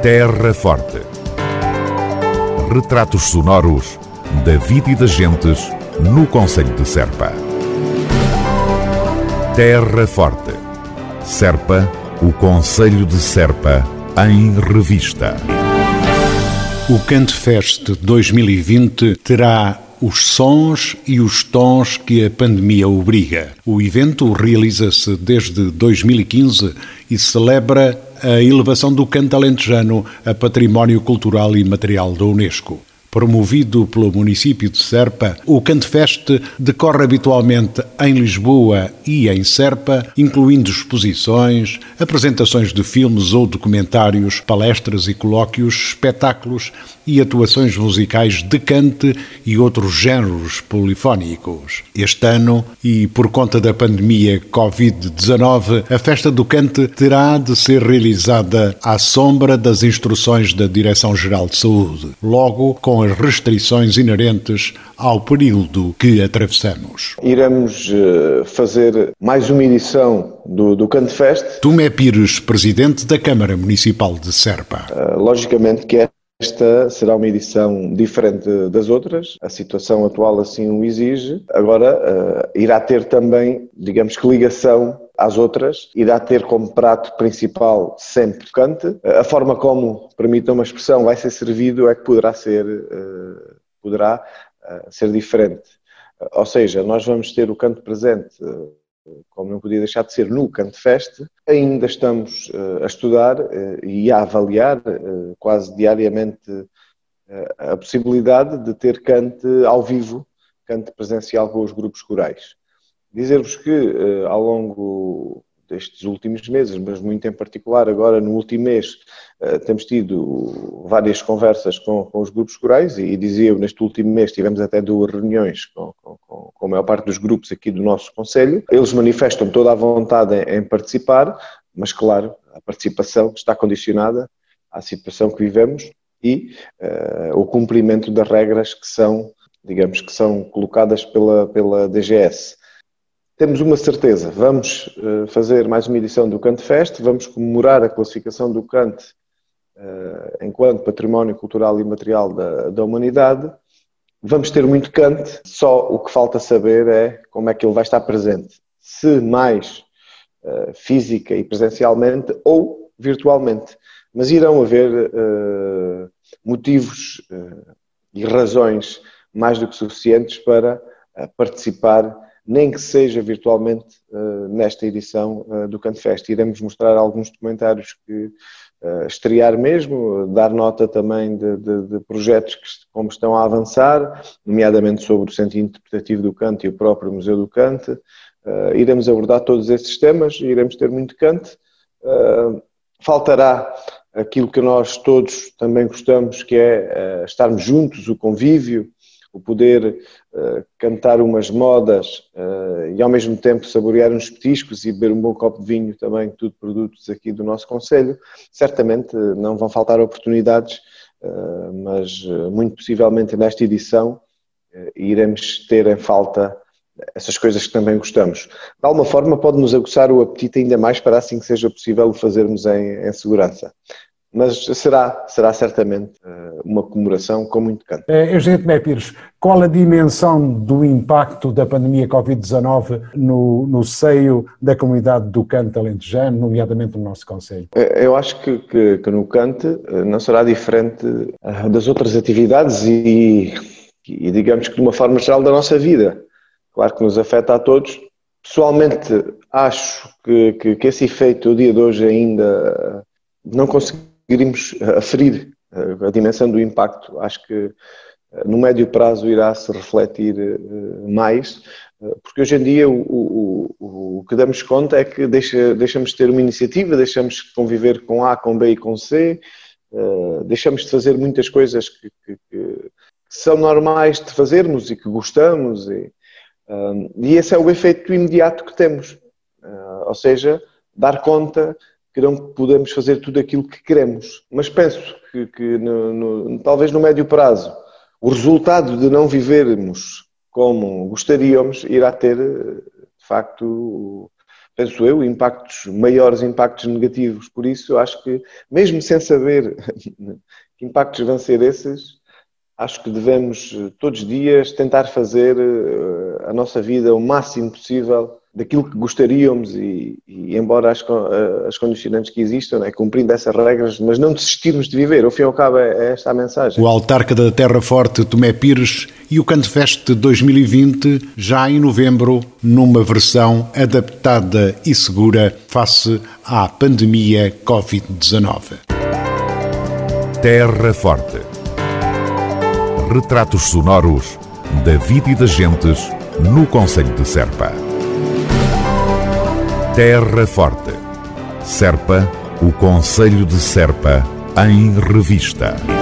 Terra Forte. Retratos sonoros da vida e das gentes no concelho de Serpa. Terra Forte. Serpa, o concelho de Serpa, em revista. O CanteFest 2020 terá os sons e os tons que a pandemia obriga. O evento realiza-se desde 2015 e celebra a elevação do canto alentejano a património cultural e material da Unesco. Promovido pelo município de Serpa, o CanteFest decorre habitualmente em Lisboa e em Serpa, incluindo exposições, apresentações de filmes ou documentários, palestras e colóquios, espetáculos e atuações musicais de cante e outros géneros polifónicos. Este ano, e por conta da pandemia Covid-19, a Festa do Cante terá de ser realizada à sombra das instruções da Direção-Geral de Saúde, logo com as restrições inerentes ao período que atravessamos. Iremos fazer mais uma edição do CanteFest. Tomé Pires, presidente da Câmara Municipal de Serpa. Logicamente que esta será uma edição diferente das outras, a situação atual assim o exige. Agora, irá ter também, digamos que ligação às outras, irá ter como prato principal sempre o cante. A forma como, permitam uma expressão, vai ser servido é que poderá ser diferente. Ou seja, nós vamos ter o canto presente, como não podia deixar de ser, no CanteFest. Ainda estamos a estudar e a avaliar quase diariamente a possibilidade de ter cante ao vivo, cante presencial com os grupos corais. Dizer-vos que ao longo destes últimos meses, mas muito em particular agora no último mês, temos tido várias conversas com os grupos corais e dizia eu, neste último mês tivemos até 2 reuniões com a maior parte dos grupos aqui do nosso concelho. Eles manifestam toda a vontade em participar, mas claro, a participação está condicionada à situação que vivemos e o cumprimento das regras que são, digamos, que são colocadas pela DGS. Temos uma certeza, vamos fazer mais uma edição do CanteFest, vamos comemorar a classificação do cante enquanto património cultural e material da humanidade. Vamos ter muito cante, só o que falta saber é como é que ele vai estar presente. Se mais física e presencialmente ou virtualmente. Mas irão haver motivos e razões mais do que suficientes para participar, nem que seja virtualmente, nesta edição do CanteFest. Iremos mostrar alguns documentários que estrear mesmo, dar nota também de projetos que como estão a avançar, nomeadamente sobre o Centro Interpretativo do Cante e o próprio Museu do Cante. Iremos abordar todos esses temas, iremos ter muito cante. Faltará aquilo que nós todos também gostamos, que é estarmos juntos, o convívio, o poder cantar umas modas e ao mesmo tempo saborear uns petiscos e beber um bom copo de vinho também, tudo produtos aqui do nosso concelho. Certamente não vão faltar oportunidades, mas muito possivelmente nesta edição iremos ter em falta essas coisas que também gostamos. De alguma forma pode-nos aguçar o apetite ainda mais para assim que seja possível o fazermos em segurança. Mas será certamente uma comemoração com muito canto. Eugênio Tomé Pires, qual a dimensão do impacto da pandemia Covid-19 no seio da comunidade do cante alentejano, nomeadamente no nosso concelho? Eu acho que no cante não será diferente das outras atividades e digamos que de uma forma geral da nossa vida. Claro que nos afeta a todos. Pessoalmente acho que esse efeito, o dia de hoje ainda não conseguimos aferir a dimensão do impacto. Acho que no médio prazo irá se refletir mais, porque hoje em dia o que damos conta é que deixamos de ter uma iniciativa, deixamos de conviver com A, com B e com C, deixamos de fazer muitas coisas que são normais de fazermos e que gostamos, e esse é o efeito imediato que temos, ou seja, dar conta que não podemos fazer tudo aquilo que queremos. Mas penso que talvez no médio prazo, o resultado de não vivermos como gostaríamos irá ter, de facto, penso eu, maiores impactos negativos. Por isso, eu acho que, mesmo sem saber que impactos vão ser esses, acho que devemos, todos os dias, tentar fazer a nossa vida o máximo possível daquilo que gostaríamos e embora as condicionantes que existam, né, cumprindo essas regras, mas não desistirmos de viver. Ao fim e ao cabo é esta a mensagem. O autarca da Terra Forte, Tomé Pires, e o CantoFest 2020, já em novembro, numa versão adaptada e segura face à pandemia Covid-19. Terra Forte. Retratos sonoros da vida e das gentes no concelho de Serpa. Terra Forte. Serpa, o concelho de Serpa, em revista.